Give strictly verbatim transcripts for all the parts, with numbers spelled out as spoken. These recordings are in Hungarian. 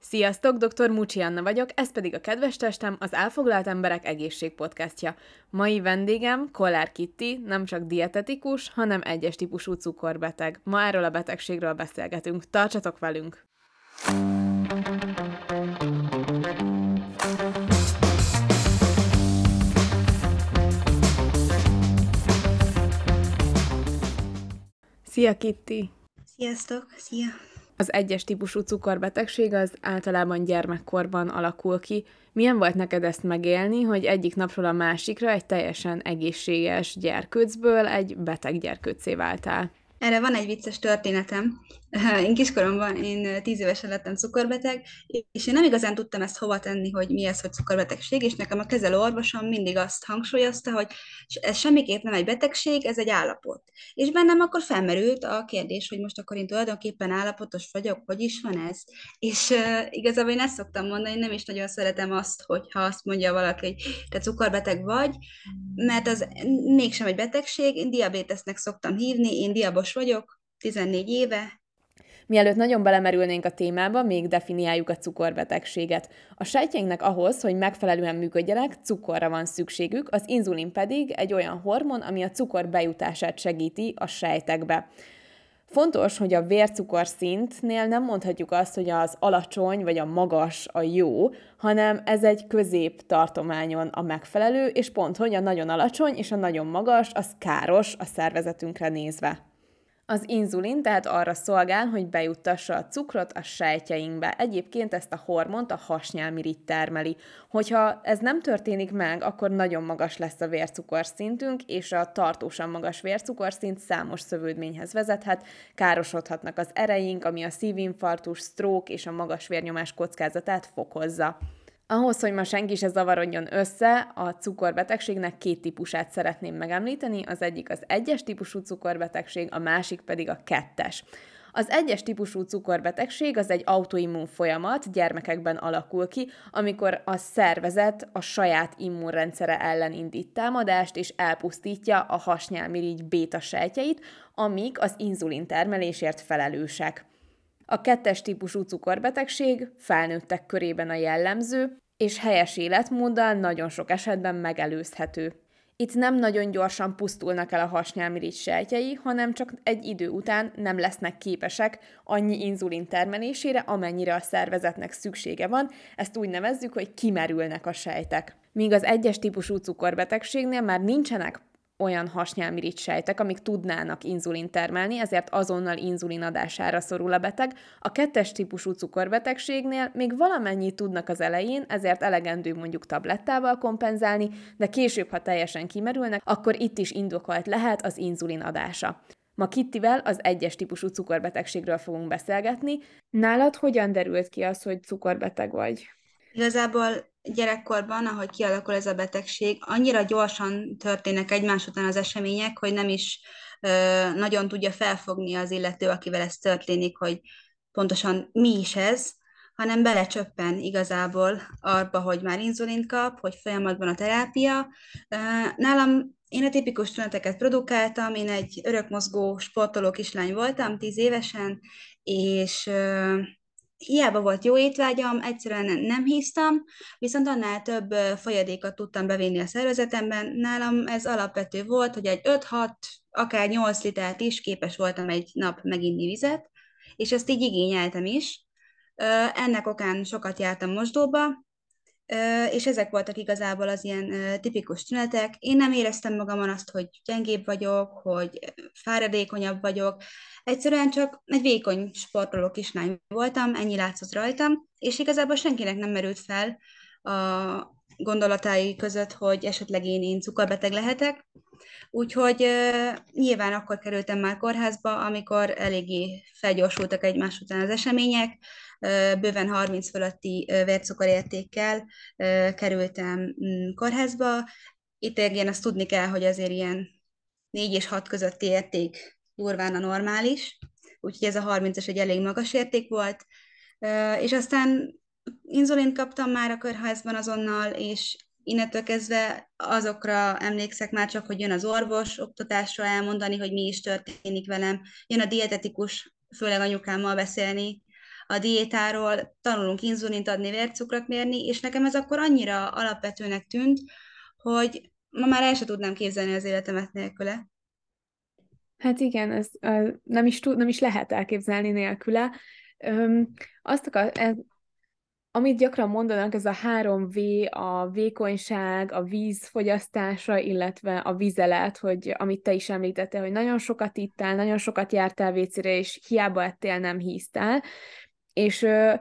Sziasztok, doktor Mucsi Anna vagyok, ez pedig a Kedves Testem, az Elfoglalt Emberek Egészség Podcastja. Mai vendégem Kollár Kitti, nem csak dietetikus, hanem egyes típusú cukorbeteg. Ma erről a betegségről beszélgetünk. Tartsatok velünk! Szia Kitti! Sziasztok! Szia! Az egyes típusú cukorbetegség az általában gyermekkorban alakul ki. Milyen volt neked ezt megélni, hogy egyik napról a másikra egy teljesen egészséges gyerkőcből egy beteg gyerkőccé váltál? Erre van egy vicces történetem. Én kiskoromban, én tíz évesen lettem cukorbeteg, és én nem igazán tudtam ezt hova tenni, hogy mi ez, hogy cukorbetegség, és nekem a kezelő orvosom mindig azt hangsúlyozta, hogy ez semmiképp nem egy betegség, ez egy állapot. És bennem akkor felmerült a kérdés, hogy most akkor én tulajdonképpen állapotos vagyok, hogy is van ez? És uh, igazából én ezt szoktam mondani, én nem is nagyon szeretem azt, hogyha azt mondja valaki, hogy te cukorbeteg vagy, mert az mégsem egy betegség, én diabétesznek szoktam hívni, én diabos vagyok, tizennégy éve. Mielőtt nagyon belemerülnénk a témába, még definiáljuk a cukorbetegséget. A sejtjeinknek ahhoz, hogy megfelelően működjenek, cukorra van szükségük, az inzulin pedig egy olyan hormon, ami a cukor bejutását segíti a sejtekbe. Fontos, hogy a vércukorszintnél nem mondhatjuk azt, hogy az alacsony vagy a magas a jó, hanem ez egy középtartományon a megfelelő, és pont, hogy a nagyon alacsony és a nagyon magas, az káros a szervezetünkre nézve. Az inzulin tehát arra szolgál, hogy bejuttassa a cukrot a sejtjeinkbe. Egyébként ezt a hormont a hasnyálmirigy termeli. Hogyha ez nem történik meg, akkor nagyon magas lesz a vércukorszintünk, és a tartósan magas vércukorszint számos szövődményhez vezethet, károsodhatnak az ereink, ami a szívinfarktus, stroke és a magas vérnyomás kockázatát fokozza. Ahhoz, hogy ma senki se zavarodjon össze, a cukorbetegségnek két típusát szeretném megemlíteni, az egyik az egyes típusú cukorbetegség, a másik pedig a kettes. Az egyes típusú cukorbetegség az egy autoimmun folyamat, gyermekekben alakul ki, amikor a szervezet a saját immunrendszere ellen indít támadást, és elpusztítja a hasnyálmirigy béta sejtjeit, amik az inzulin termelésért felelősek. A kettes típusú cukorbetegség felnőttek körében a jellemző, és helyes életmóddal nagyon sok esetben megelőzhető. Itt nem nagyon gyorsan pusztulnak el a hasnyálmirigy sejtjei, hanem csak egy idő után nem lesznek képesek annyi inzulin termelésére, amennyire a szervezetnek szüksége van, ezt úgy nevezzük, hogy kimerülnek a sejtek. Míg az egyes típusú cukorbetegségnél már nincsenek olyan hasnyálmirigy sejtek, amik tudnának inzulin termelni, ezért azonnal inzulin adására szorul a beteg. A kettes típusú cukorbetegségnél még valamennyit tudnak az elején, ezért elegendő mondjuk tablettával kompenzálni, de később, ha teljesen kimerülnek, akkor itt is indokolt lehet az inzulin adása. Ma Kittivel az egyes típusú cukorbetegségről fogunk beszélgetni. Nálad hogyan derült ki az, hogy cukorbeteg vagy? Igazából gyerekkorban, ahogy kialakul ez a betegség, annyira gyorsan történnek egymás után az események, hogy nem is ö, nagyon tudja felfogni az illető, akivel ez történik, hogy pontosan mi is ez, hanem belecsöppen igazából arba, hogy már inzulint kap, hogy folyamatban a terápia. Ö, nálam én a tipikus tüneteket produkáltam, én egy örökmozgó sportoló kislány voltam, tíz évesen, és ö, hiába volt jó étvágyam, egyszerűen nem hisztam, viszont annál több ö, folyadékot tudtam bevinni a szervezetemben. Nálam ez alapvető volt, hogy egy öt-hat, akár nyolc litert is képes voltam egy nap meginni vizet, és ezt így igényeltem is. Ö, Ennek okán sokat jártam mosdóba, Ö, és ezek voltak igazából az ilyen ö, tipikus tünetek. Én nem éreztem magamon azt, hogy gyengébb vagyok, hogy fáradékonyabb vagyok. Egyszerűen csak egy vékony sportoló kislány voltam, ennyi látszott rajtam, és igazából senkinek nem merült fel a gondolatai között, hogy esetleg én, én cukorbeteg lehetek. Úgyhogy uh, nyilván akkor kerültem már kórházba, amikor eléggé felgyorsultak egymás után az események. Uh, bőven harminc fölötti uh, vércukorértékkel uh, kerültem mm, kórházba. Itt igen, azt tudni kell, hogy azért ilyen négy és hat közötti érték durván a normális, úgyhogy ez a harmincas egy elég magas érték volt. Uh, és aztán inzulint kaptam már a kórházban azonnal, és innentől kezdve azokra emlékszek már csak, hogy jön az orvos oktatásra elmondani, hogy mi is történik velem, jön a dietetikus, főleg anyukámmal beszélni a diétáról, tanulunk inzulint adni, vércukrot mérni, és nekem ez akkor annyira alapvetőnek tűnt, hogy ma már el sem tudnám képzelni az életemet nélküle. Hát igen, ez ö, nem is tud, nem is lehet elképzelni nélküle. Öm, azt akar, ez, amit gyakran mondanak, ez a három vé, a vékonyság, a víz fogyasztása, illetve a vizelet, hogy amit te is említettél, hogy nagyon sokat ittál, nagyon sokat jártál vécére, és hiába ettél, nem híztál. És ö,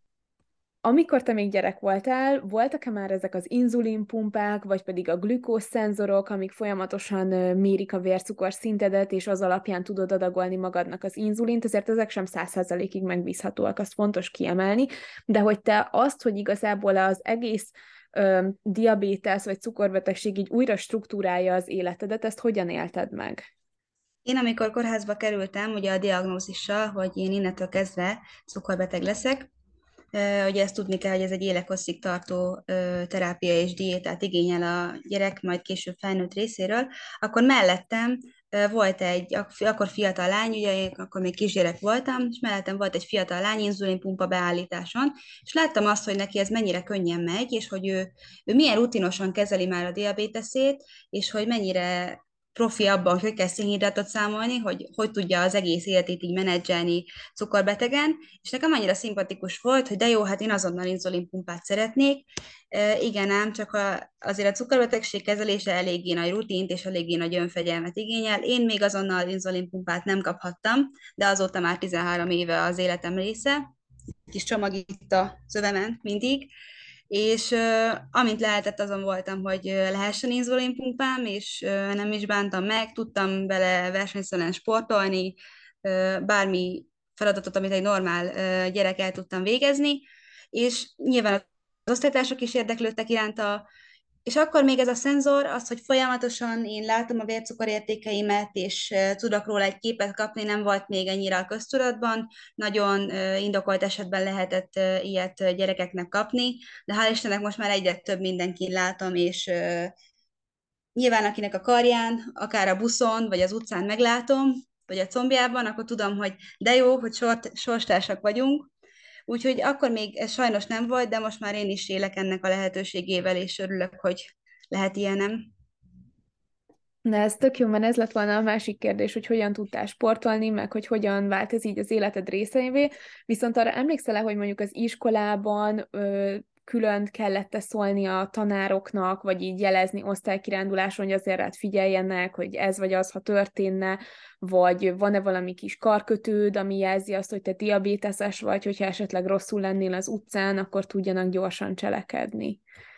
amikor te még gyerek voltál, voltak-e már ezek az inzulinpumpák, vagy pedig a glükózszenzorok, amik folyamatosan ö, mérik a vércukor szintedet, és az alapján tudod adagolni magadnak az inzulint, ezért ezek sem száz százalékig megbízhatóak, azt fontos kiemelni, de hogy te azt, hogy igazából az egész ö, diabétesz vagy cukorbetegség így újra struktúrálja az életedet, ezt hogyan élted meg? Én amikor kórházba kerültem, ugye a diagnózissal, hogy én innentől kezdve cukorbeteg leszek, Ö, ugye ezt tudni kell, hogy ez egy élethosszig tartó ö, terápia és diétát igényel a gyerek, majd később felnőtt részéről, akkor mellettem ö, volt egy, ak- akkor fiatal lány, ugye én akkor még kisgyerek voltam, és mellettem volt egy fiatal lány inzulinpumpa beállításon, és láttam azt, hogy neki ez mennyire könnyen megy, és hogy ő, ő milyen rutinosan kezeli már a diabéteszét, és hogy mennyire profi abban, hogy hogy kell szénhidrátot számolni, hogy hogy tudja az egész életét így menedzselni cukorbetegen, és nekem annyira szimpatikus volt, hogy de jó, hát én azonnal inzulinpumpát szeretnék. E, igen ám, csak a, azért a cukorbetegség kezelése eléggé nagy rutint és eléggé nagy önfegyelmet igényel. Én még azonnal inzulinpumpát nem kaphattam, de azóta már tizenhárom éve az életem része. Kis csomag itt a szövemen mindig. És uh, amint lehetett, azon voltam, hogy uh, lehessen inzulinpumpám, és uh, nem is bántam meg, tudtam vele versenyszerűen sportolni, uh, bármi feladatot, amit egy normál uh, gyerek el tudtam végezni, és nyilván az osztálytársak is érdeklődtek iránta, és akkor még ez a szenzor, az, hogy folyamatosan én látom a vércukorértékeimet, és eh, tudok róla egy képet kapni, nem volt még ennyire a köztudatban. Nagyon eh, indokolt esetben lehetett eh, ilyet eh, gyerekeknek kapni, de hál' Istennek most már egyre több mindenkin látom, és eh, nyilván akinek a karján, akár a buszon, vagy az utcán meglátom, vagy a combjában, akkor tudom, hogy de jó, hogy sort, sorstársak vagyunk. Úgyhogy akkor még ez sajnos nem volt, de most már én is élek ennek a lehetőségével, és örülök, hogy lehet ilyenem. Na ez tök jó, mert ez lett volna a másik kérdés, hogy hogyan tudtál sportolni, meg hogy hogyan vált ez így az életed részeivé. Viszont arra emlékszel-e, hogy mondjuk az iskolában ö, külön kellett szólni a tanároknak, vagy így jelezni osztálykiránduláson, hogy azért rád figyeljenek, hogy ez vagy az, ha történne, vagy van-e valami kis karkötőd, ami jelzi azt, hogy te diabéteses vagy, hogyha esetleg rosszul lennél az utcán, akkor tudjanak gyorsan cselekedni.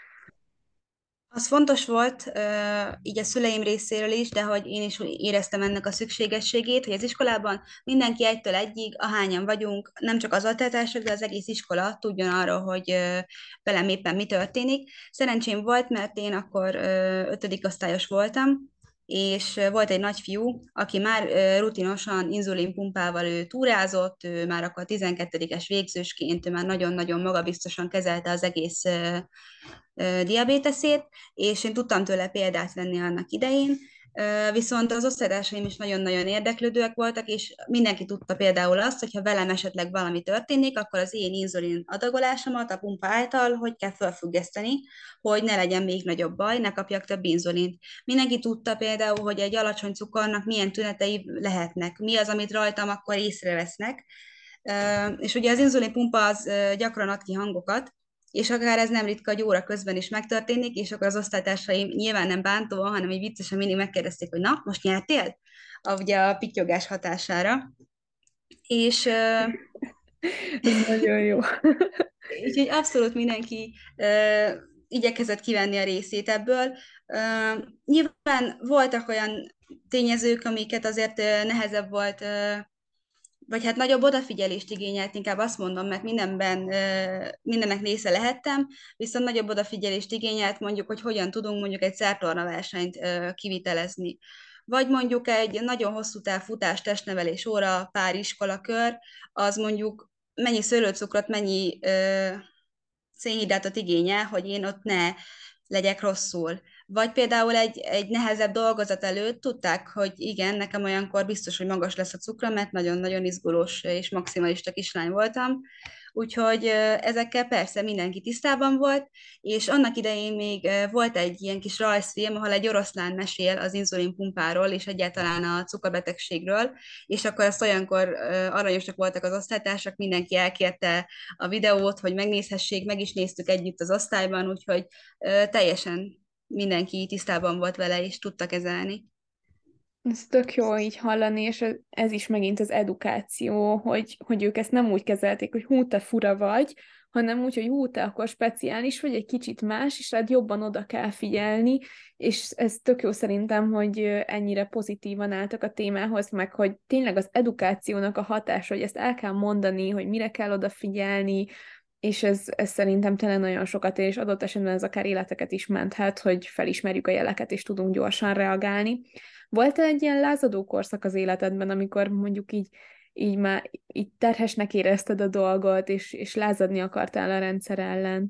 Az fontos volt, így a szüleim részéről is, de hogy én is éreztem ennek a szükségességét, hogy az iskolában mindenki egytől egyig, ahányan vagyunk, nem csak az altatások, de az egész iskola tudjon arról, hogy velem éppen mi történik. Szerencsém volt, mert én akkor ötödik osztályos voltam, és volt egy nagyfiú, aki már rutinosan inzulinpumpával ő túrázott, ő már akkor tizenkettődikes végzősként, ő már nagyon-nagyon magabiztosan kezelte az egész diabéteszét, és én tudtam tőle példát venni annak idején, viszont az osztálytársaim is nagyon-nagyon érdeklődőek voltak, és mindenki tudta például azt, hogy ha velem esetleg valami történik, akkor az én inzulin adagolásomat a pumpa által hogy kell felfüggeszteni, hogy ne legyen még nagyobb baj, ne kapjak több inzulint. Mindenki tudta például, hogy egy alacsony cukornak milyen tünetei lehetnek, mi az, amit rajtam akkor észrevesznek, és ugye az inzulinpumpa az gyakran ad ki hangokat, és akár ez nem ritka, hogy óra közben is megtörténik, és akkor az osztálytársaim nyilván nem bántóan, hanem így viccesen mindig megkérdezték, hogy na, most nyertél? A, ugye a pittyogás hatására. És Ez nagyon jó. úgyhogy abszolút mindenki uh, igyekezett kivenni a részét ebből. Uh, nyilván voltak olyan tényezők, amiket azért uh, nehezebb volt uh, vagy hát nagyobb odafigyelést igényelt, inkább azt mondom, mert mindenben, mindennek része lehettem, viszont nagyobb odafigyelést igényelt mondjuk, hogy hogyan tudunk mondjuk egy szertornaversenyt kivitelezni. Vagy mondjuk egy nagyon hosszú táv futás, testnevelés óra, pár iskolakör, az mondjuk mennyi szőlőcukrot, mennyi szénhidrátot igényel, hogy én ott ne legyek rosszul. Vagy például egy, egy nehezebb dolgozat előtt tudták, hogy igen, nekem olyankor biztos, hogy magas lesz a cukrom, mert nagyon-nagyon izgulós és maximalista kislány voltam. Úgyhogy ezekkel persze mindenki tisztában volt, és annak idején még volt egy ilyen kis rajzfilm, ahol egy oroszlán mesél az inzulinpumpáról, és egyáltalán a cukorbetegségről, és akkor azt olyankor aranyosak voltak az osztálytársak, mindenki elkérte a videót, hogy megnézhessék, meg is néztük együtt az osztályban, úgyhogy teljesen mindenki tisztában volt vele, és tudta kezelni. Ez tök jó így hallani, és ez ez is megint az edukáció, hogy, hogy ők ezt nem úgy kezelték, hogy hú, te fura vagy, hanem úgy, hogy hú, te akkor speciális vagy, egy kicsit más, és rád jobban oda kell figyelni, és ez tök jó szerintem, hogy ennyire pozitívan álltak a témához, meg hogy tényleg az edukációnak a hatása, hogy ezt el kell mondani, hogy mire kell odafigyelni, és ez, ez szerintem tényleg nagyon sokat ér, és adott esetben ez akár életeket is menthet, hogy felismerjük a jeleket, és tudunk gyorsan reagálni. Volt-e egy ilyen lázadó korszak az életedben, amikor mondjuk így, így már így terhesnek érezted a dolgot, és, és lázadni akartál a rendszer ellen?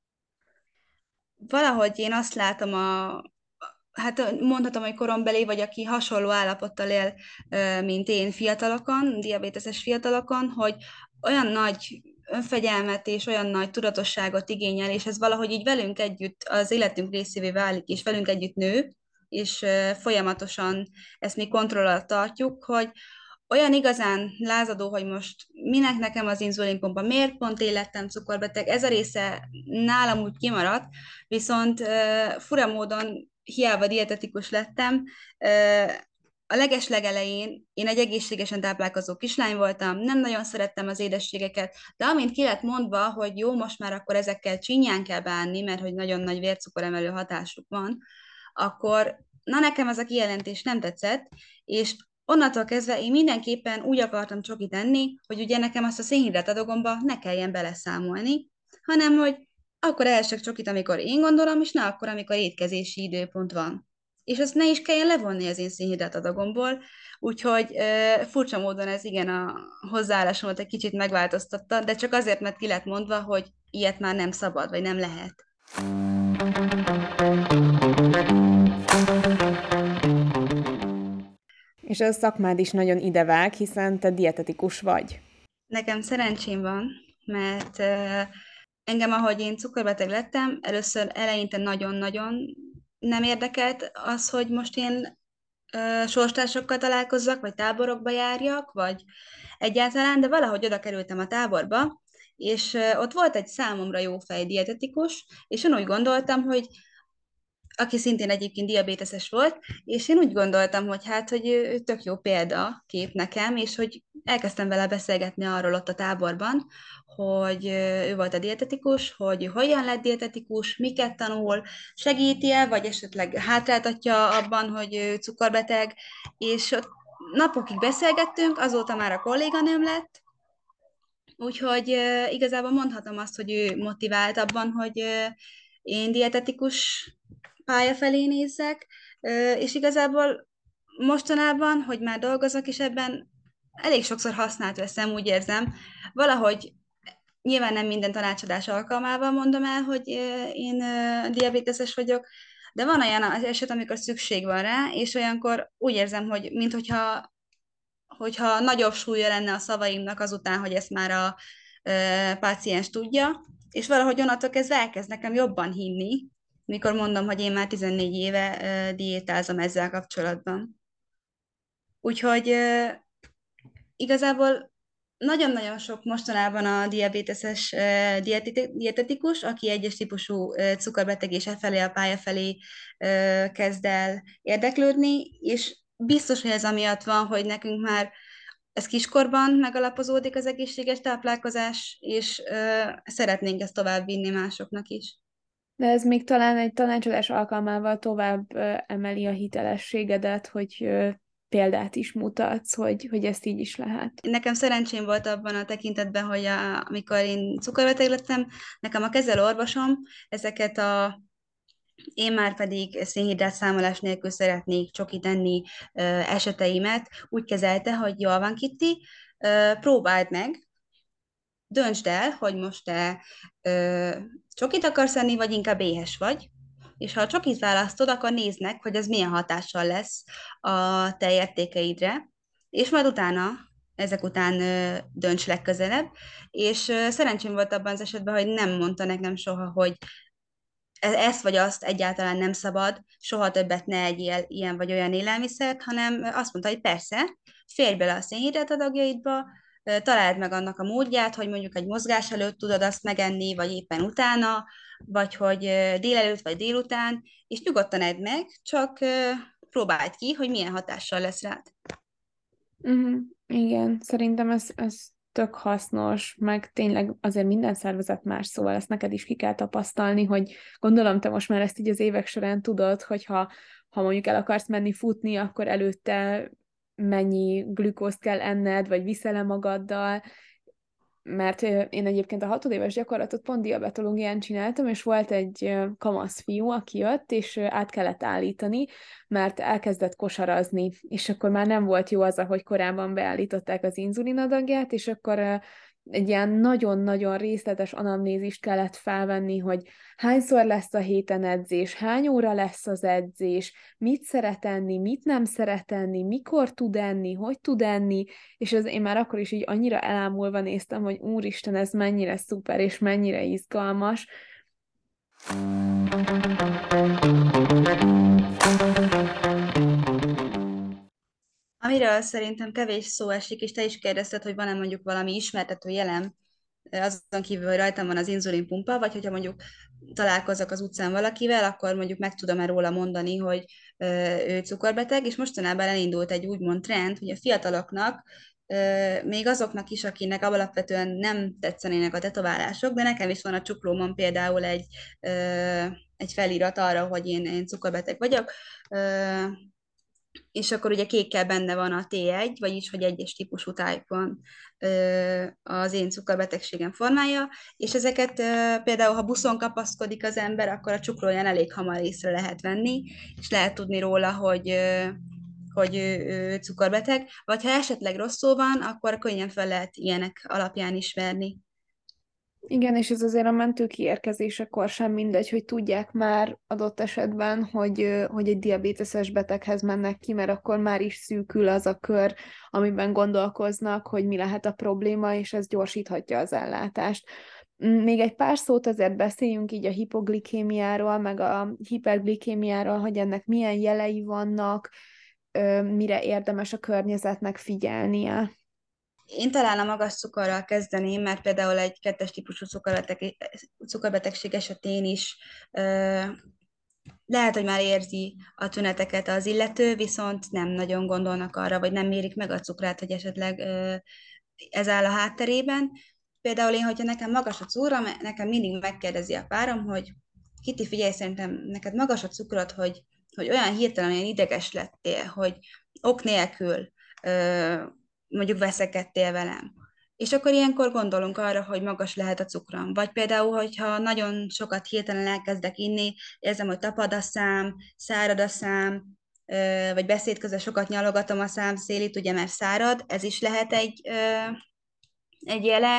Valahogy én azt látom a, hát mondhatom, hogy korombeli, vagy aki hasonló állapottal él, mint én fiatalokon, diabéteses fiatalokon, hogy olyan nagy önfegyelmet és olyan nagy tudatosságot igényel, és ez valahogy így velünk együtt az életünk részévé válik, és velünk együtt nő, és folyamatosan ezt mi kontroll alatt tartjuk, hogy olyan igazán lázadó, hogy most minek nekem az inzulinpompa, miért pont én lettem cukorbeteg, ez a része nálam úgy kimaradt, viszont uh, fura módon hiába dietetikus lettem, uh, a legeslegelején én egy egészségesen táplálkozó kislány voltam, nem nagyon szerettem az édességeket, de amint ki lett mondva, hogy jó, most már akkor ezekkel csinyán kell bánni, mert hogy nagyon nagy vércukoremelő hatásuk van, akkor na nekem ez a kijelentés nem tetszett, és onnantól kezdve én mindenképpen úgy akartam csokit enni, hogy ugye nekem azt a szénhidrát adagomba ne kelljen beleszámolni, hanem hogy akkor ehessek csokit, amikor én gondolom, és ne akkor, amikor étkezési időpont van. És azt ne is kelljen levonni az én szénhidrát adagomból, úgyhogy e, furcsa módon ez igen a hozzáállásomat egy kicsit megváltoztatta, de csak azért, mert ki lett mondva, hogy ilyet már nem szabad, vagy nem lehet. És a szakmád is nagyon idevág, hiszen te dietetikus vagy. Nekem szerencsém van, mert uh, engem, ahogy én cukorbeteg lettem, először eleinte nagyon-nagyon nem érdekelt az, hogy most én uh, sorstársakkal találkozzak, vagy táborokba járjak, vagy egyáltalán, de valahogy oda kerültem a táborba, és uh, ott volt egy számomra jó fej dietetikus, és én úgy gondoltam, hogy aki szintén egyébként diabéteses volt, és én úgy gondoltam, hogy hát, hogy ő tök jó példa kép nekem, és hogy elkezdtem vele beszélgetni arról ott a táborban, hogy ő volt a dietetikus, hogy ő hogyan lett dietetikus, miket tanul, segíti-e, vagy esetleg hátráltatja abban, hogy ő cukorbeteg, és ott napokig beszélgettünk, azóta már a kolléganőm lett, úgyhogy uh, igazából mondhatom azt, hogy ő motivált abban, hogy uh, én dietetikus pálya felé nézzek, uh, és igazából mostanában, hogy már dolgozok, és ebben elég sokszor használt veszem, úgy érzem, valahogy nyilván nem minden tanácsadás alkalmával mondom el, hogy uh, én uh, diabéteses vagyok, de van olyan eset, amikor szükség van rá, és olyankor úgy érzem, hogy minthogyha hogyha nagyobb súlya lenne a szavaimnak azután, hogy ezt már a ö, páciens tudja, és valahogy onnantól kezdve elkezd nekem jobban hinni, mikor mondom, hogy én már tizennégy éve ö, diétázom ezzel kapcsolatban. Úgyhogy ö, igazából nagyon-nagyon sok mostanában a diabéteses ö, dieteti- dietetikus, aki egyes típusú ö, cukorbeteg és e felé a pálya felé ö, kezd el érdeklődni, és biztos, hogy ez amiatt van, hogy nekünk már ez kiskorban megalapozódik az egészséges táplálkozás, és ö, szeretnénk ezt továbbvinni másoknak is. De ez még talán egy tanácsadás alkalmával tovább ö, emeli a hitelességedet, hogy ö, példát is mutatsz, hogy, hogy ezt így is lehet. Nekem szerencsém volt abban a tekintetben, hogy a, amikor én cukorbeteg lettem, nekem a kezelőorvosom ezeket a én már pedig szénhidrát számolás nélkül szeretnék csokit enni ö, eseteimet úgy kezelte, hogy jól van, Kitti, ö, próbáld meg, döntsd el, hogy most te ö, csokit akarsz enni, vagy inkább éhes vagy, és ha a csokit választod, akkor nézd meg, hogy ez milyen hatással lesz a te értékeidre, és majd utána, ezek után ö, dönts legközelebb, és ö, szerencsém volt abban az esetben, hogy nem mondta nekem soha, hogy e- ezt vagy azt egyáltalán nem szabad, soha többet ne egyél ilyen vagy olyan élelmiszert, hanem azt mondta, hogy persze, férj bele a szénhidrát adagjaidba, ö, találd meg annak a módját, hogy mondjuk egy mozgás előtt tudod azt megenni, vagy éppen utána, vagy hogy ö, délelőtt vagy délután, és nyugodtan edd meg, csak ö, próbáld ki, hogy milyen hatással lesz rád. Uh-huh. Igen, szerintem ez, ez tök hasznos, meg tényleg azért minden szervezet más, szóval ezt neked is ki kell tapasztalni, hogy gondolom te most már ezt így az évek során tudod, hogyha ha mondjuk el akarsz menni futni, akkor előtte mennyi glükózt kell enned, vagy viszel-e magaddal, mert ö, én egyébként a hatodéves gyakorlatot pont diabetológián csináltam, és volt egy ö, kamasz fiú, aki jött, és ö, át kellett állítani, mert elkezdett kosarazni, és akkor már nem volt jó az, ahogy korábban beállították az inzulinadagját, és akkor ö, egy ilyen nagyon-nagyon részletes anamnézist kellett felvenni, hogy hányszor lesz a héten edzés, hány óra lesz az edzés, mit szeret enni, mit nem szeret enni, mikor tud enni, hogy tud enni, és az én már akkor is így annyira elámulva néztem, hogy úristen, ez mennyire szuper, és mennyire izgalmas. Amiről szerintem kevés szó esik, és te is kérdezted, hogy van-e mondjuk valami ismertető jelem, azon kívül, hogy rajtam van az inzulinpumpa, vagy hogyha mondjuk találkozok az utcán valakivel, akkor mondjuk meg tudom-e róla mondani, hogy ö, ő cukorbeteg, és mostanában elindult egy úgymond trend, hogy a fiataloknak, ö, még azoknak is, akinek alapvetően nem tetszenének a tetoválások, de nekem is van a csuklómon például egy, ö, egy felirat arra, hogy én, én cukorbeteg vagyok, ö, és akkor ugye kékkel benne van a té egy, vagyis hogy egyes típusú type van ö, az én cukorbetegségem formája, és ezeket ö, például, ha buszon kapaszkodik az ember, akkor a csuklóján elég hamar észre lehet venni, és lehet tudni róla, hogy ö, hogy ő, ő cukorbeteg, vagy ha esetleg rosszul van, akkor könnyen fel lehet ilyenek alapján ismerni. Igen, és ez azért a mentő kiérkezésekor sem mindegy, hogy tudják már adott esetben, hogy, ö, hogy egy diabéteses beteghez mennek ki, mert akkor már is szűkül az a kör, amiben gondolkoznak, hogy mi lehet a probléma, és ez gyorsíthatja az ellátást. Mm, Még egy pár szót azért beszéljünk így a hipoglikémiáról, meg a hiperglikémiáról, hogy ennek milyen jelei vannak, ö, mire érdemes a környezetnek figyelnie. Én talán a magas cukorral kezdeném, mert például egy kettes típusú cukorbeteg, cukorbetegség esetén is ö, lehet, hogy már érzi a tüneteket az illető, viszont nem nagyon gondolnak arra, vagy nem mérik meg a cukrát, hogy esetleg ö, ez áll a hátterében. Például én, hogyha nekem magas a cukrom, nekem mindig megkérdezi a párom, hogy Kiti, figyelj, szerintem neked magas a cukrod, hogy, hogy olyan hirtelen olyan ideges lettél, hogy ok nélkül ö, mondjuk veszekedtél velem. És akkor ilyenkor gondolunk arra, hogy magas lehet a cukrom. Vagy például, hogyha nagyon sokat hirtelen elkezdek inni, érzem, hogy tapad a szám, szárad a szám, ö, vagy beszéd közben sokat nyalogatom a szám szélét, ugye, mert szárad, ez is lehet egy, ö, egy jele.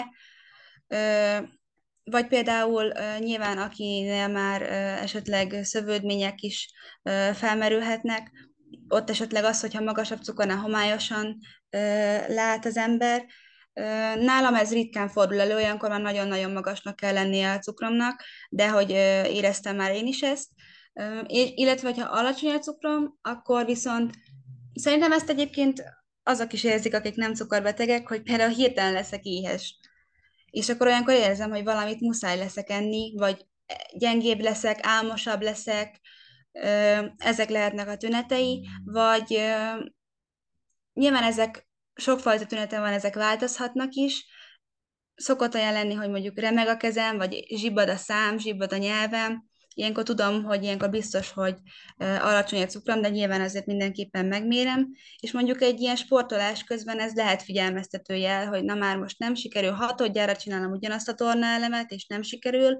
Ö, vagy például ö, nyilván, akinél már ö, esetleg szövődmények is ö, felmerülhetnek, ott esetleg az, hogyha magasabb cukornál homályosan ö, lát az ember. Ö, Nálam ez ritkán fordul elő, olyankor már nagyon-nagyon magasnak kell lennie a cukromnak, de hogy ö, éreztem már én is ezt. Ö, és- illetve, hogyha alacsony a cukrom, akkor viszont szerintem ezt egyébként azok is érzik, akik nem cukorbetegek, hogy például hirtelen leszek éhes. És akkor olyankor érzem, hogy valamit muszáj leszek enni, vagy gyengébb leszek, álmosabb leszek, ö, ezek lehetnek a tünetei, vagy ö, nyilván ezek sokfajta tünete van, ezek változhatnak is. Szokott olyan lenni, hogy mondjuk remeg a kezem, vagy zsibbad a szám, zsibbad a nyelvem. Ilyenkor tudom, hogy ilyenkor biztos, hogy ö, alacsony a cukrom, de nyilván azért mindenképpen megmérem. És mondjuk egy ilyen sportolás közben ez lehet figyelmeztető jel, hogy na már most nem sikerül, hatodjára csinálom ugyanazt a tornaelemet, és nem sikerül,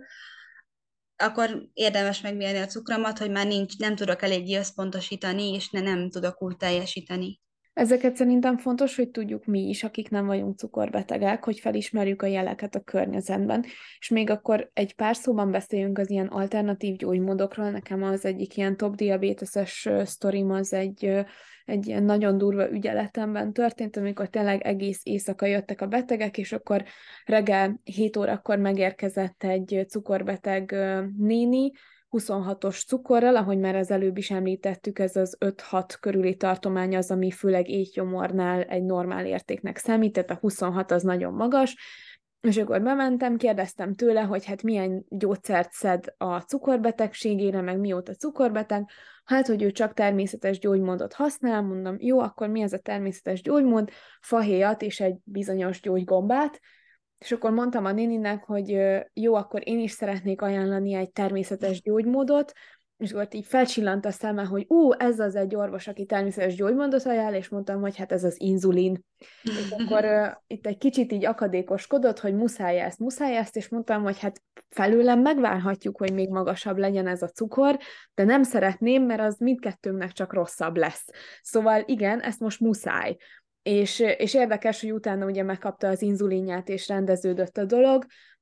akkor érdemes megmérni a cukromat, hogy már nincs, nem tudok eléggé összpontosítani, és ne, nem tudok úgy teljesíteni. Ezeket szerintem fontos, hogy tudjuk mi is, akik nem vagyunk cukorbetegek, hogy felismerjük a jeleket a környezetben. És még akkor egy pár szóban beszéljünk az ilyen alternatív gyógymódokról. Nekem az egyik ilyen top diabéteses sztorim az egy, egy ilyen nagyon durva ügyeletemben történt, amikor tényleg egész éjszaka jöttek a betegek, és akkor reggel hét órakor megérkezett egy cukorbeteg néni, huszonhatos cukorral, ahogy már az előbb is említettük, ez az öt-hat körüli tartomány az, ami főleg étgyomornál egy normál értéknek számít, tehát a huszonhat az nagyon magas, és akkor bementem, kérdeztem tőle, hogy hát milyen gyógyszert szed a cukorbetegségére, meg mióta cukorbeteg, hát, hogy ő csak természetes gyógymódot használ, mondom, jó, akkor mi ez a természetes gyógymód? Fahéjat és egy bizonyos gyógygombát, és akkor mondtam a néninek, hogy jó, akkor én is szeretnék ajánlani egy természetes gyógymódot, és akkor így felcsillant a szeme, hogy ú, ez az egy orvos, aki természetes gyógymódot ajánl, és mondtam, hogy hát ez az inzulin. És akkor uh, itt egy kicsit így akadékoskodott, hogy muszáj ezt, muszáj ezt, és mondtam, hogy hát felőlem megvárhatjuk, hogy még magasabb legyen ez a cukor, de nem szeretném, mert az mindkettőnknek csak rosszabb lesz. Szóval igen, ezt most muszáj. És, és érdekes, hogy utána ugye megkapta az inzulinját, és rendeződött a dolog,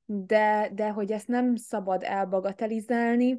de, de hogy ezt nem szabad elbagatelizálni,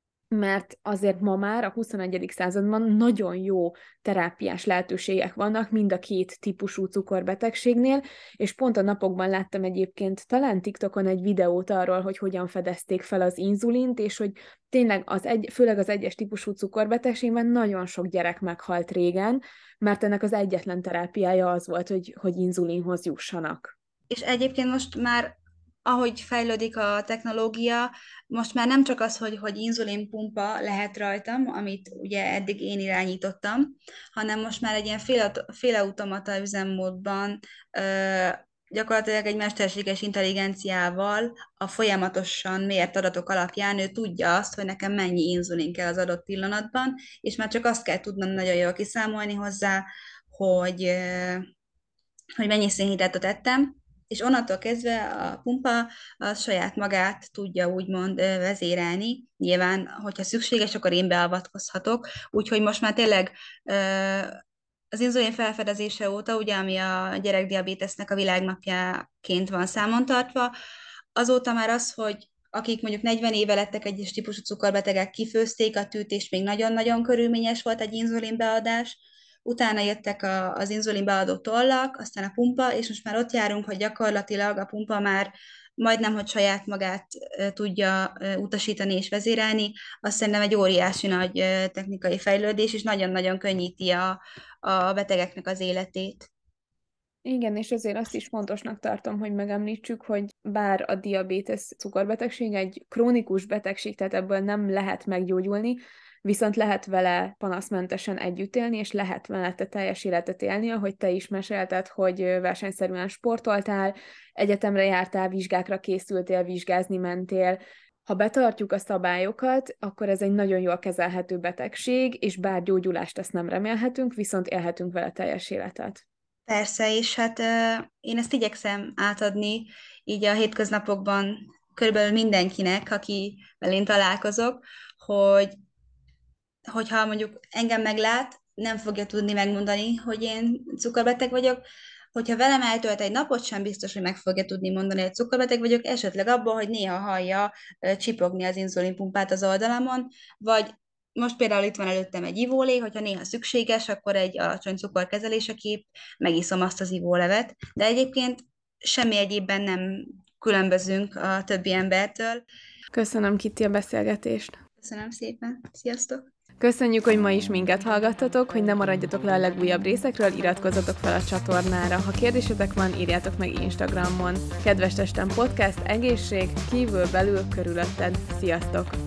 mert azért ma már a huszonegyedik században nagyon jó terápiás lehetőségek vannak mind a két típusú cukorbetegségnél, és pont a napokban láttam egyébként talán TikTokon egy videót arról, hogy hogyan fedezték fel az inzulint, és hogy tényleg az egy, főleg az egyes típusú cukorbetegségben nagyon sok gyerek meghalt régen, mert ennek az egyetlen terápiája az volt, hogy, hogy inzulinhoz jussanak. És egyébként most már, ahogy fejlődik a technológia, most már nem csak az, hogy, hogy inzulinpumpa lehet rajtam, amit ugye eddig én irányítottam, hanem most már egy ilyen fél, félautomata üzemmódban ö, gyakorlatilag egy mesterséges intelligenciával a folyamatosan mért adatok alapján ő tudja azt, hogy nekem mennyi inzulin kell az adott pillanatban, és már csak azt kell tudnom nagyon jól kiszámolni hozzá, hogy, ö, hogy mennyi szénhidrátot ettem, és onnantól kezdve a pumpa a saját magát tudja úgymond ö, vezérelni. Nyilván, hogyha szükséges, akkor én beavatkozhatok. Úgyhogy most már tényleg ö, az inzulin felfedezése óta, ugye, ami a gyerekdiabétesznek a világnapjaként van számon tartva, azóta már az, hogy akik mondjuk negyven éve lettek egyes típusú cukorbetegek, kifőzték a tűt, és még nagyon-nagyon körülményes volt egy inzulinbeadás, utána jöttek a, az inzulin beadó tollak, aztán a pumpa, és most már ott járunk, hogy gyakorlatilag a pumpa már majdnem, hogy saját magát e, tudja e, utasítani és vezérelni. Azt szerintem egy óriási nagy e, technikai fejlődés, és nagyon-nagyon könnyíti a, a betegeknek az életét. Igen, és ezért azt is fontosnak tartom, hogy megemlítsük, hogy bár a diabétesz cukorbetegség egy krónikus betegség, tehát ebből nem lehet meggyógyulni, viszont lehet vele panaszmentesen együtt élni, és lehet vele te teljes életet élni, ahogy te is mesélted, hogy versenyszerűen sportoltál, egyetemre jártál, vizsgákra készültél, vizsgázni mentél. Ha betartjuk a szabályokat, akkor ez egy nagyon jól kezelhető betegség, és bár gyógyulást ezt nem remélhetünk, viszont élhetünk vele teljes életet. Persze, és hát uh, én ezt igyekszem átadni így a hétköznapokban körülbelül mindenkinek, akivel én találkozok, hogy hogyha mondjuk engem meglát, nem fogja tudni megmondani, hogy én cukorbeteg vagyok. Hogyha velem eltölt egy napot, sem biztos, hogy meg fogja tudni mondani, hogy cukorbeteg vagyok, esetleg abból, hogy néha hallja ö, csipogni az inzulinpumpát az oldalamon, vagy most például itt van előttem egy ivólé, hogyha néha szükséges, akkor egy alacsony cukorkezeléseképp megiszom azt az ivólevet, de egyébként semmi egyébben nem különbözünk a többi embertől. Köszönöm, Kitti, a beszélgetést! Köszönöm szépen, sziasztok! Köszönjük, hogy ma is minket hallgattatok, hogy ne maradjatok le a legújabb részekről, iratkozzatok fel a csatornára. Ha kérdésetek van, írjátok meg Instagramon. Kedves testem podcast, egészség, kívül, belül, körülötted. Sziasztok!